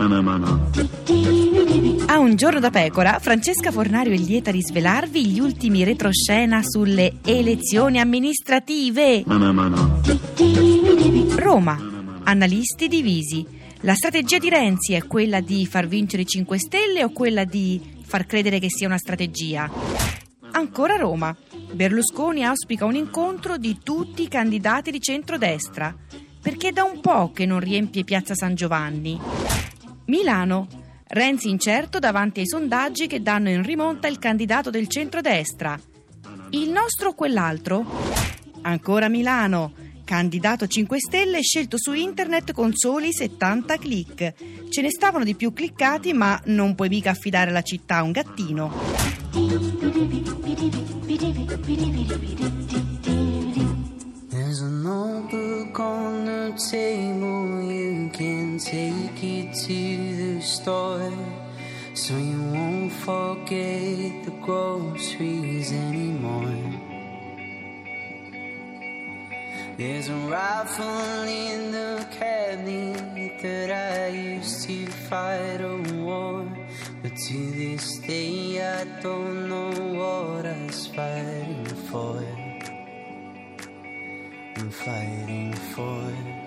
A Un giorno da pecora, Francesca Fornario è lieta di svelarvi gli ultimi retroscena sulle elezioni amministrative. Roma, analisti divisi. La strategia di Renzi è quella di far vincere i 5 Stelle o quella di far credere che sia una strategia? Ancora Roma. Berlusconi auspica un incontro di tutti i candidati di centrodestra, perché da un po' che non riempie Piazza San Giovanni. Milano. Renzi incerto davanti ai sondaggi che danno in rimonta il candidato del centrodestra. Il nostro o quell'altro? Ancora Milano. Candidato 5 Stelle scelto su internet con soli 70 click. Ce ne stavano di più cliccati, ma non puoi mica affidare la città a un gattino. There's a notebook on the table, you can take it to the store, so you won't forget the groceries anymore. There's a rifle in the cabinet that I used to fight a war, but to this day I don't know what I was fighting for. I'm fighting for.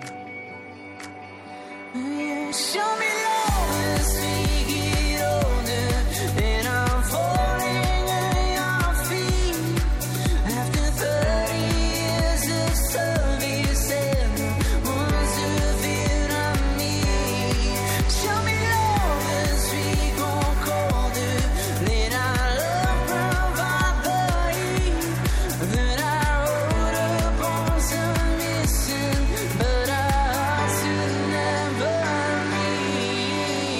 Show me love as we get older, and I'm falling at your feet. After 30 years of service and months of it on me. Show me love as we grow colder, let our love provide the heat that I wrote upon some missing, but our hearts will never meet.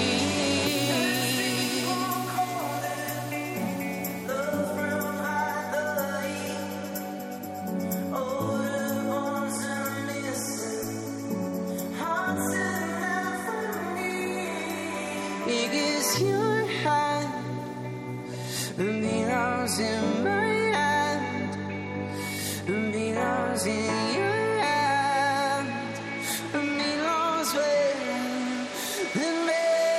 Love provide the heat, wrote upon some missing, hearts will never meet. Because your hand belongs in my hand, belongs in your hand, belongs with me.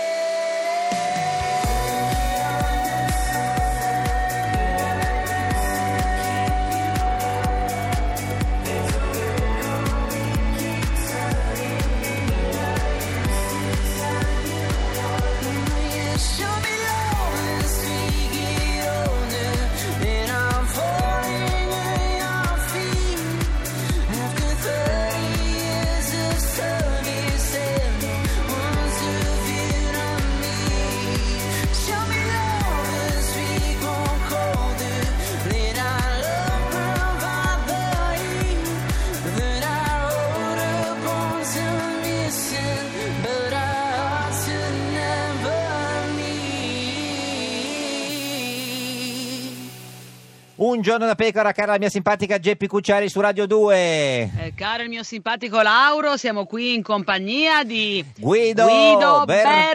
Show me love as we get older, and I'm falling at your feet. After 30 years of service and months of it on me. Show me love as we grow colder, let our love provide the heat that I wrote upon some missing, but our hearts will never meet. Un giorno da pecora, cara la mia simpatica Geppi Cucciari su Radio 2. Caro il mio simpatico Lauro, siamo qui in compagnia di Guido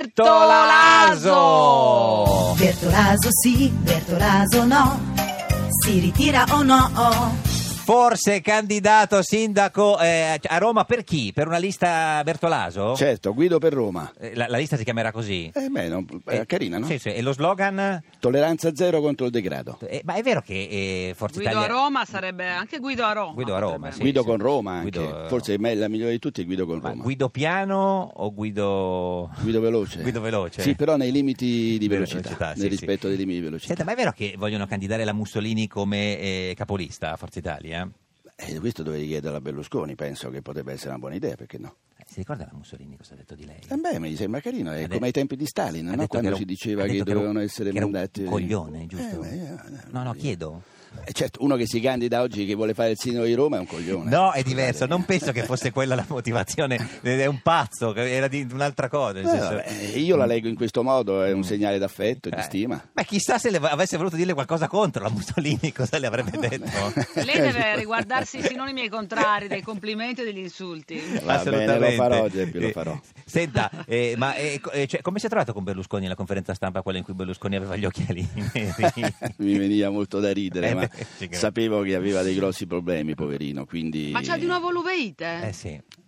Bertolaso. Bertolaso sì, Bertolaso no, si ritira o no? Forse candidato sindaco a Roma per chi? Per una lista Bertolaso? Certo, Guido per Roma. La lista si chiamerà così? Carina, no? Sì, sì. E lo slogan? Tolleranza zero contro il degrado. Ma è vero che Forza Guido Italia... a Roma sarebbe anche Guido a Roma. Guido a Roma, sì, Guido sì. con Roma anche. Guido- Forse la migliore di tutti è Guido con Ma Roma. Guido piano o Guido... Guido veloce. Guido veloce? Sì, però nei limiti di velocità, sì, nel sì. rispetto dei limiti di velocità. Senta, ma è vero che vogliono candidare la Mussolini come capolista a Forza Italia? Questo dovevi chiedere a Berlusconi, penso che potrebbe essere una buona idea, perché no? Si ricorda la Mussolini cosa ha detto di lei? Mi sembra carino, è Ha come ai tempi di Stalin, ha no? detto Quando che si era diceva ha che detto era dovevano essere che era mandati... un coglione, giusto? No, chiedo. Certo, uno che si candida oggi che vuole fare il sindaco di Roma è un coglione. No, è diverso, non penso che fosse quella la motivazione, è un pazzo, era di un'altra cosa. Nel senso... Io la leggo in questo modo, è un segnale d'affetto e di stima. Ma chissà se avesse voluto dirle qualcosa contro la Mussolini, cosa le avrebbe detto? Lei deve riguardarsi i sinonimi ai contrari, dei complimenti e degli insulti. Va bene, lo farò, Geppi, lo farò. Senta, cioè, come si è trovato con Berlusconi alla conferenza stampa, quella in cui Berlusconi aveva gli occhiali neri? Mi veniva molto da ridere, ma ci credo. sapevo che aveva dei grossi problemi, poverino, quindi... Ma c'ha di nuovo l'uveite? Sì.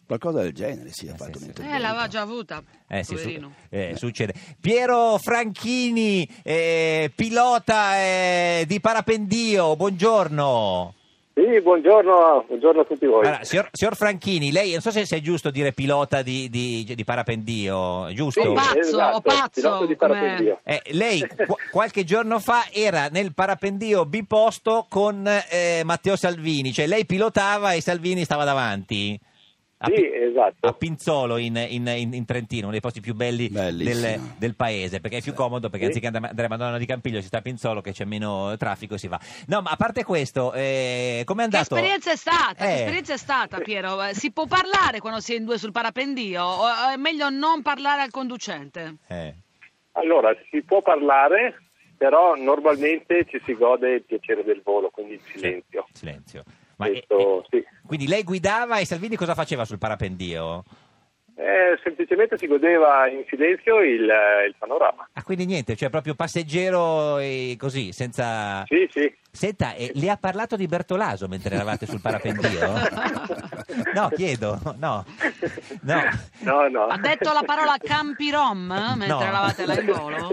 Qualcosa del genere, sì, ha fatto sì. un intervento. L'aveva già avuta, Sì, poverino. succede. Piero Franchini, pilota di parapendio, buongiorno. Sì, buongiorno a tutti voi. Allora, signor Franchini, lei non so se è giusto dire pilota di parapendio, è giusto? O pazzo, esatto, o pazzo, pilota di come- parapendio. Lei qualche giorno fa era nel parapendio biposto con Matteo Salvini, cioè lei pilotava e Salvini stava davanti. Sì, esatto. A Pinzolo in Trentino, uno dei posti più belli Bellissimo. del paese, perché è più comodo, perché Sì. anziché andare a Madonna di Campiglio si sta a Pinzolo, che c'è meno traffico e si va. No, ma a parte questo, com'è Che andato? esperienza è stata? Che Eh. esperienza è stata, Piero? Si può parlare quando si è in due sul parapendio? O è meglio non parlare al conducente? Allora, si può parlare, però normalmente ci si gode il piacere del volo, quindi il silenzio. Silenzio. Ma Questo, sì. quindi lei guidava e Salvini cosa faceva sul parapendio? Semplicemente si godeva in silenzio il panorama. Ah, quindi niente, cioè proprio passeggero e così, senza... Sì, sì. Senta, le ha parlato di Bertolaso mentre eravate sul parapendio? No, chiedo, no. No. Ha detto la parola Campirom mentre No. eravate là in volo?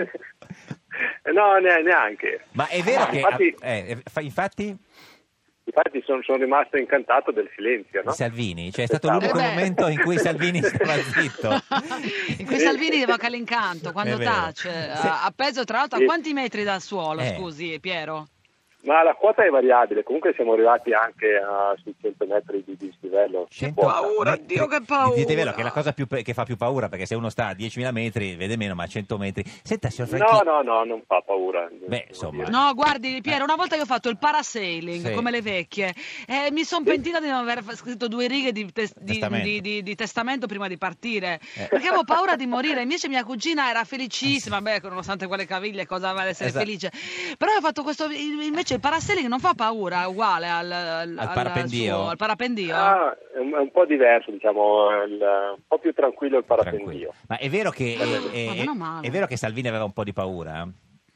No, neanche. Ma è vero che... Infatti, infatti sono rimasto incantato del silenzio, no? Salvini, cioè è stato l'unico beh. momento in cui Salvini stava zitto. In cui Salvini evoca l'incanto, quando È vero. tace. Sì. Appeso tra l'altro a Sì. quanti metri dal suolo, Eh. scusi Piero? Ma la quota è variabile, comunque siamo arrivati anche sui 100 metri di dislivello. paura, Dio, che paura. Dite vero che è la cosa che fa più paura, perché se uno sta a 10.000 metri vede meno, ma a 100 metri... Senta, signor Franchini... No, non fa paura. Beh, insomma... No, guardi Piero, una volta che ho fatto il parasailing, Sì. come le vecchie, mi sono pentita di non aver scritto 2 righe di testamento prima di partire, perché avevo paura di morire. Invece mia cugina era felicissima, beh, nonostante quelle caviglie, cosa vale essere Esatto. felice. Però ho fatto questo, invece il parasailing non fa paura, è uguale al parapendio? al parapendio. È un po' diverso, diciamo, un po' più tranquillo il parapendio. Tranquillo. Ma è vero che meno male. è vero che Salvini aveva un po' di paura?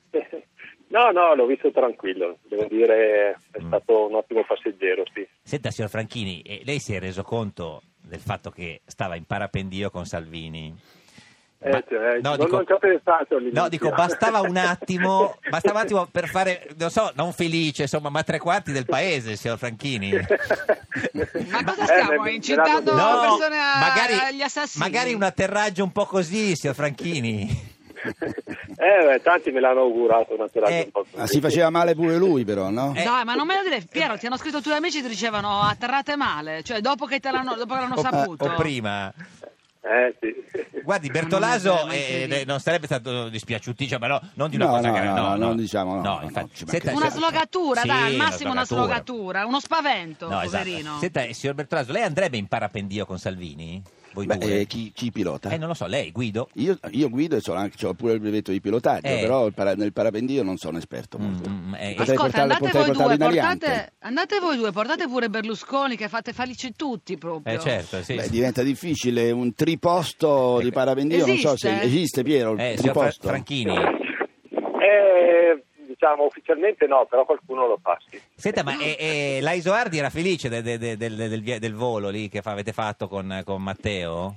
No, l'ho visto tranquillo, devo dire, è stato un ottimo passeggero, sì. Senta, signor Franchini, lei si è reso conto del fatto che stava in parapendio con Salvini? Non ci ho pensato all'inizio. No, dico, bastava un attimo per fare, non so, non felice, insomma, ma 3/4 del paese, signor Franchini. Ma cosa stiamo incitando persone agli assassini? Magari un atterraggio un po' così, signor Franchini. Tanti me l'hanno augurato un atterraggio un po' così. Ma si faceva male pure lui però, no? Dai, ma non me lo dire, Piero, ti hanno scritto i tuoi amici e ti dicevano atterrate male, cioè dopo che l'hanno saputo. O prima. Sì. Guardi, Bertolaso Ma incredibile. non sarebbe stato dispiaciutissimo, ma non di una No, cosa no, grave. no, non diciamo, no, no, infatti. ci Senta, Una slogatura, Sì, dai, al massimo una slogatura, uno spavento, No, esatto. poverino. Senta, signor Bertolaso, lei andrebbe in parapendio con Salvini? Voi due? Chi pilota? Non lo so, lei, Guido? Io guido e ho pure il brevetto di pilotaggio, però nel parapendio non sono esperto molto. Potrei Ascolta, portarlo in aliante. andate voi due, portate pure Berlusconi che fate felici tutti proprio. Certo, sì. Beh, diventa difficile un triposto di parapendio, non so se Esiste? esiste, Piero, il Signor triposto. Franchini. Diciamo ufficialmente no, però qualcuno lo fa, sì. Senta, ma la Isoardi era felice del volo lì che avete fatto con Matteo?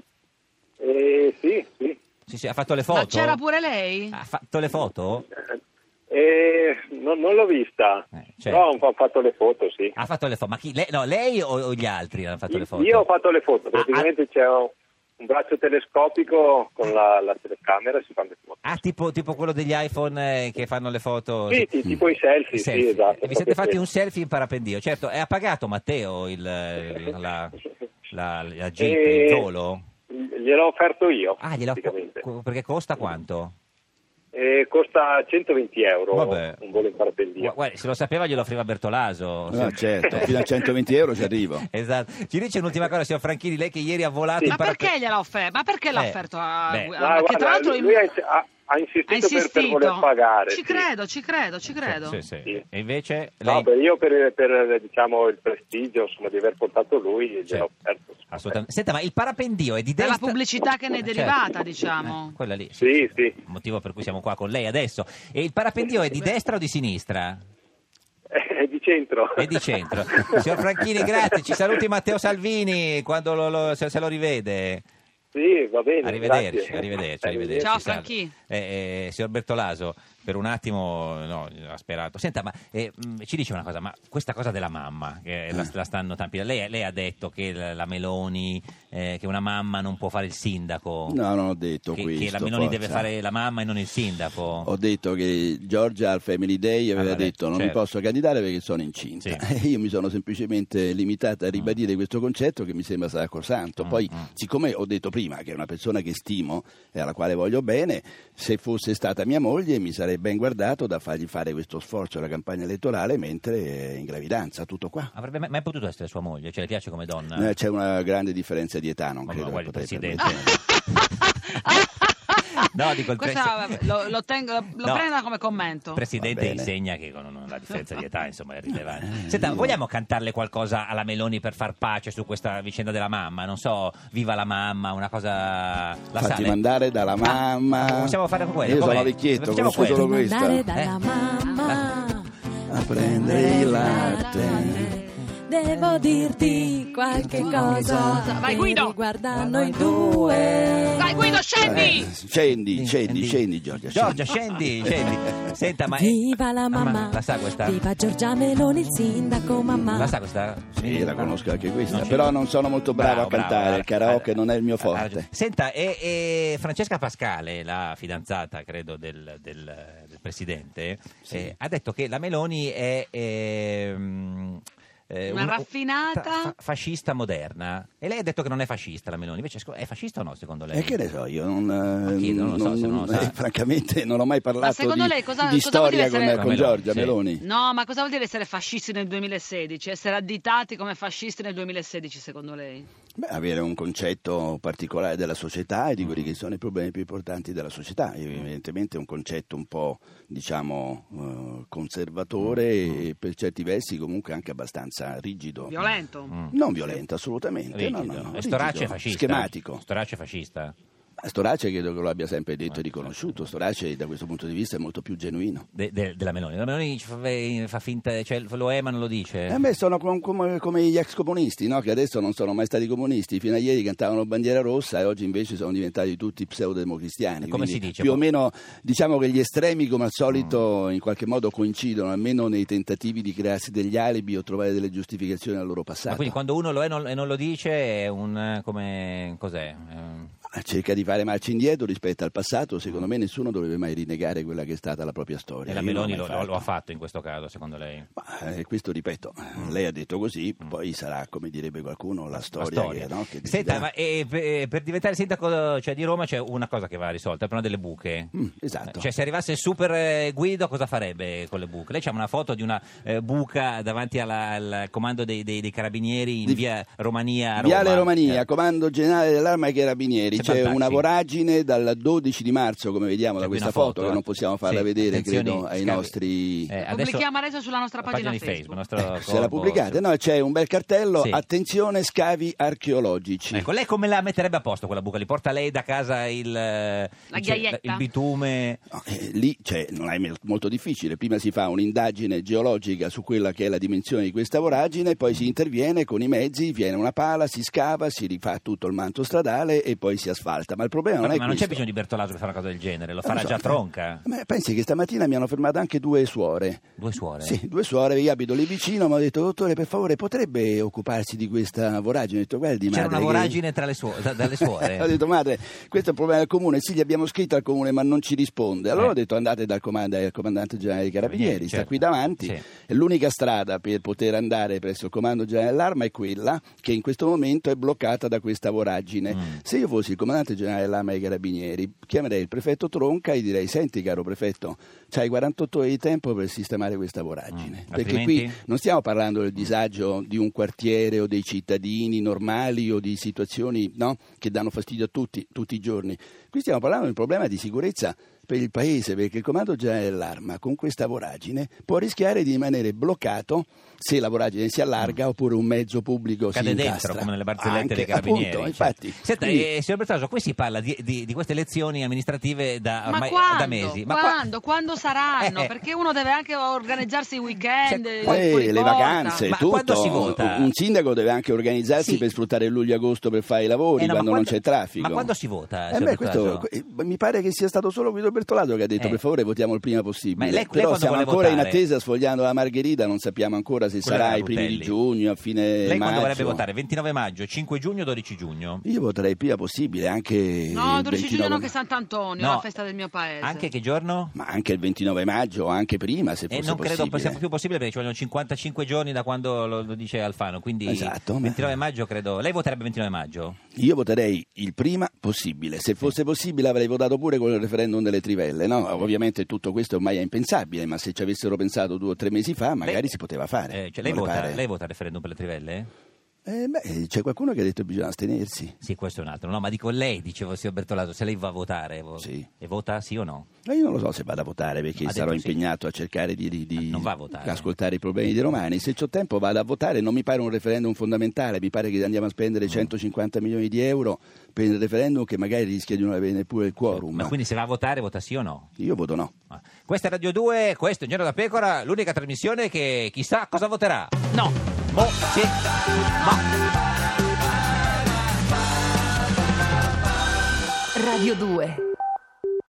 Sì. Sì, ha fatto le foto? Ma c'era pure lei? Ha fatto le foto? Non l'ho vista, certo. però ho fatto le foto, sì. Ha fatto le foto, ma chi? Lei o gli altri hanno fatto le foto? Io ho fatto le foto, praticamente c'è un braccio telescopico con la telecamera e si fanno le foto. Ah, tipo quello degli iPhone che fanno le foto? Sì, tipo i selfie, sì, esatto. E vi siete fatti un selfie in parapendio? Certo, e ha pagato Matteo la Jeep, il volo? Gliel'ho offerto io, praticamente. Perché costa quanto? Costa 120 euro Vabbè. un volo in parapendio. Guarda, se lo sapeva glielo offriva Bertolaso. No, certo, fino a 120 euro ci arrivo. Esatto. Ci dice un'ultima cosa, signor Franchini, lei che ieri ha volato in Ma perché gliel'ha offerto? Ma perché l'ha offerto a beh. che tra l'altro lui ha insistito per voler pagare. Ci credo. Sì. E invece No, lei... io per diciamo il prestigio, insomma, di aver portato lui gliel'ho offerto. Assolutamente. Senta, ma il parapendio è di della destra? pubblicità che ne è derivata, Certo. diciamo. Quella lì. Sì. Motivo per cui siamo qua con lei adesso. E il parapendio è di destra o di sinistra? È di centro. È di centro. Signor Franchini, grazie. Ci saluti Matteo Salvini quando se lo rivede. Sì, va bene. Arrivederci. Ciao Salve. Franchi. Signor Bertolaso, per un attimo ha sperato. Senta, ma ci dice una cosa, ma questa cosa della mamma, che la stanno tampinando, lei ha detto che la Meloni, che una mamma non può fare il sindaco? No, non ho detto questo. Che la Meloni forza. deve fare la mamma e non il sindaco? Ho detto che Giorgia al Family Day aveva detto non mi posso candidare perché sono incinta. Sì. Io mi sono semplicemente limitata a ribadire questo concetto che mi sembra sacrosanto. Poi, siccome ho detto prima che è una persona che stimo e alla quale voglio bene, se fosse stata mia moglie mi sarei ben guardato da fargli fare questo sforzo alla campagna elettorale mentre è in gravidanza, tutto qua. Avrebbe mai potuto essere sua moglie? Cioè, le piace come donna? C'è una grande differenza di età, non Ma credo guardi, che potete Presidente. No, dico Lo prenda come commento. Il Presidente insegna che con la differenza di età, insomma, è rilevante. Senta, vogliamo cantarle qualcosa alla Meloni per far pace su questa vicenda della mamma? Non so, viva la mamma, una cosa... Fatti mandare dalla mamma. Possiamo fare quello? Io sono vecchietto, conosco solo questa. Mandare dalla mamma A prendere il latte. devo dirti qualche cosa. Vai, Guido! Riguarda noi due. Dai Guido, scendi! Scendi, Giorgia. Giorgia, scendi. Senta, ma... Viva la mamma. La sa questa? Viva Giorgia Meloni, il sindaco mamma. La sa questa? Sì, la conosco anche questa, però non sono molto bravo a cantare, il karaoke non è il mio forte. Senta, e Francesca Pascale, la fidanzata, credo, del Presidente, ha detto che la Meloni è... una raffinata fascista moderna, e lei ha detto che non è fascista la Meloni, invece è fascista o no secondo lei? E che ne so, io francamente non ho mai parlato secondo lei cosa di vuol dire storia essere... con Giorgia Meloni. No, ma cosa vuol dire essere fascisti nel 2016? Essere additati come fascisti nel 2016 secondo lei? Beh, avere un concetto particolare della società e di quelli che sono i problemi più importanti della società. Evidentemente è un concetto un po', diciamo, conservatore e per certi versi comunque anche abbastanza rigido. Violento? Non violento, assolutamente. Rigido. No, E Storace è fascista? Schematico. Storace è fascista? Storace credo che lo abbia sempre detto e riconosciuto. Storace da questo punto di vista è molto più genuino. Della Meloni. La Meloni fa finta, cioè lo è ma non lo dice? A me sono come gli ex comunisti, no? Che adesso non sono mai stati comunisti. Fino a ieri cantavano bandiera rossa e oggi invece sono diventati tutti pseudo-democristiani. Come si dice? Più o meno diciamo che gli estremi come al solito in qualche modo coincidono, almeno nei tentativi di crearsi degli alibi o trovare delle giustificazioni al loro passato. Ma quindi quando uno lo è e non lo dice è un... come... cos'è? Cerca di fare marcia indietro rispetto al passato. Secondo me nessuno dovrebbe mai rinnegare quella che è stata la propria storia. E la Meloni lo ha fatto in questo caso, secondo lei? Ma, questo ripeto, lei ha detto così, poi sarà, come direbbe qualcuno, la storia. Che Senta, ma per diventare sindaco, cioè, di Roma c'è una cosa che va risolta, il problema delle buche. Esatto. Cioè, se arrivasse il super Guido, cosa farebbe con le buche? Lei c'ha una foto di una buca davanti al comando dei carabinieri in via Romania a Roma. Viale Romania, comando generale dell'Arma dei Carabinieri. C'è una voragine dal 12 di marzo, come vediamo da questa foto, che non possiamo farla vedere, credo, ai nostri... Pubblichiamo adesso sulla nostra pagina Facebook. Se la pubblicate, no, c'è un bel cartello, attenzione scavi archeologici. Ecco, lei come la metterebbe a posto quella buca? Li porta lei da casa il bitume? No, lì non è molto difficile, prima si fa un'indagine geologica su quella che è la dimensione di questa voragine, poi si interviene con i mezzi, viene una pala, si scava, si rifà tutto il manto stradale e poi si asfalta, ma il problema non è questo. Ma non c'è bisogno di Bertolaso per fare una cosa del genere, lo farà già Tronca. Ma pensi che stamattina mi hanno fermato anche 2 suore. 2 suore? Sì, 2 suore, io abito lì vicino, mi hanno detto: dottore, per favore, potrebbe occuparsi di questa voragine? Ho detto: guardi, c'era madre, una voragine dalle suore? Ho detto: madre, questo è un problema del comune. Sì, gli abbiamo scritto al comune ma non ci risponde. Allora ho detto: andate dal comandante generale dei Carabinieri, sta qui davanti. E l'unica strada per poter andare presso il comando generale dell'Arma è quella che in questo momento è bloccata da questa voragine. Se io fossi il comandante generale dell'Arma dei Carabinieri, chiamerei il prefetto Tronca e gli direi: senti caro prefetto, c'hai 48 ore di tempo per sistemare questa voragine, perché qui non stiamo parlando del disagio di un quartiere o dei cittadini normali o di situazioni, no, che danno fastidio a tutti i giorni. Qui stiamo parlando di un problema di sicurezza per il paese, perché il Comando Generale dell'Arma con questa voragine può rischiare di rimanere bloccato se la voragine si allarga oppure un mezzo pubblico cade si dentro, incastra. come nelle barzellette Anche, dei carabinieri. appunto, infatti. Senta, Quindi- signor Bertolaso, qui si parla di queste elezioni amministrative da Ma ormai quando? da mesi. Quando saranno? Perché uno deve anche organizzarsi i weekend, le vacanze, Ma tutto. quando si vota? Un sindaco deve anche organizzarsi Sì. per sfruttare il luglio e agosto per fare i lavori No, ma quando non c'è traffico. Ma quando si vota, Eh signor beh, questo, Bertolaso? mi pare che sia stato solo Guido Bertolaso che ha detto per favore votiamo il prima possibile. Ma lei Però quando siamo vuole ancora in votare? attesa, sfogliando la Margherita, non sappiamo ancora se Quella sarà era i primi di Rutelli. giugno, a fine Lei maggio. quando vorrebbe votare? 29 maggio, 5 giugno, 12 giugno? Io voterei il prima possibile, anche No, il 12 giugno 29 no, che è Sant'Antonio, No. la festa del mio paese. Anche che giorno? ma anche il 29 maggio, anche prima se fosse Non credo possibile. sia più possibile perché ci vogliono 55 giorni da quando lo dice Alfano, quindi Esatto, ma- 29 maggio credo. Lei voterebbe 29 maggio? Io voterei il prima possibile. Se fosse possibile avrei votato pure con il referendum delle trivelle, no? Ovviamente tutto questo ormai è impensabile, ma se ci avessero pensato 2 o 3 mesi fa magari si poteva fare. Cioè, lei Non le vota pare? lei vota il referendum per le trivelle? C'è qualcuno che ha detto che bisogna astenersi. Sì, questo è un altro. No, ma dico lei, dicevo signor Bertolaso, se lei va a votare Sì. e vota sì o no? Ma io non lo so se vado a votare perché Ha sarò detto sì. impegnato a cercare di Non va a votare. ascoltare i problemi dei romani. Se c'ho tempo vado a votare, non mi pare un referendum fondamentale, mi pare che andiamo a spendere 150 milioni di euro per il referendum che magari rischia di non avere neppure il quorum. Ma quindi se va a votare vota sì o no? Io voto no. Ah. Questa è Radio 2, questo è Un Giorno da Pecora, l'unica trasmissione che chissà cosa voterà. No. Sì, no. Radio 2.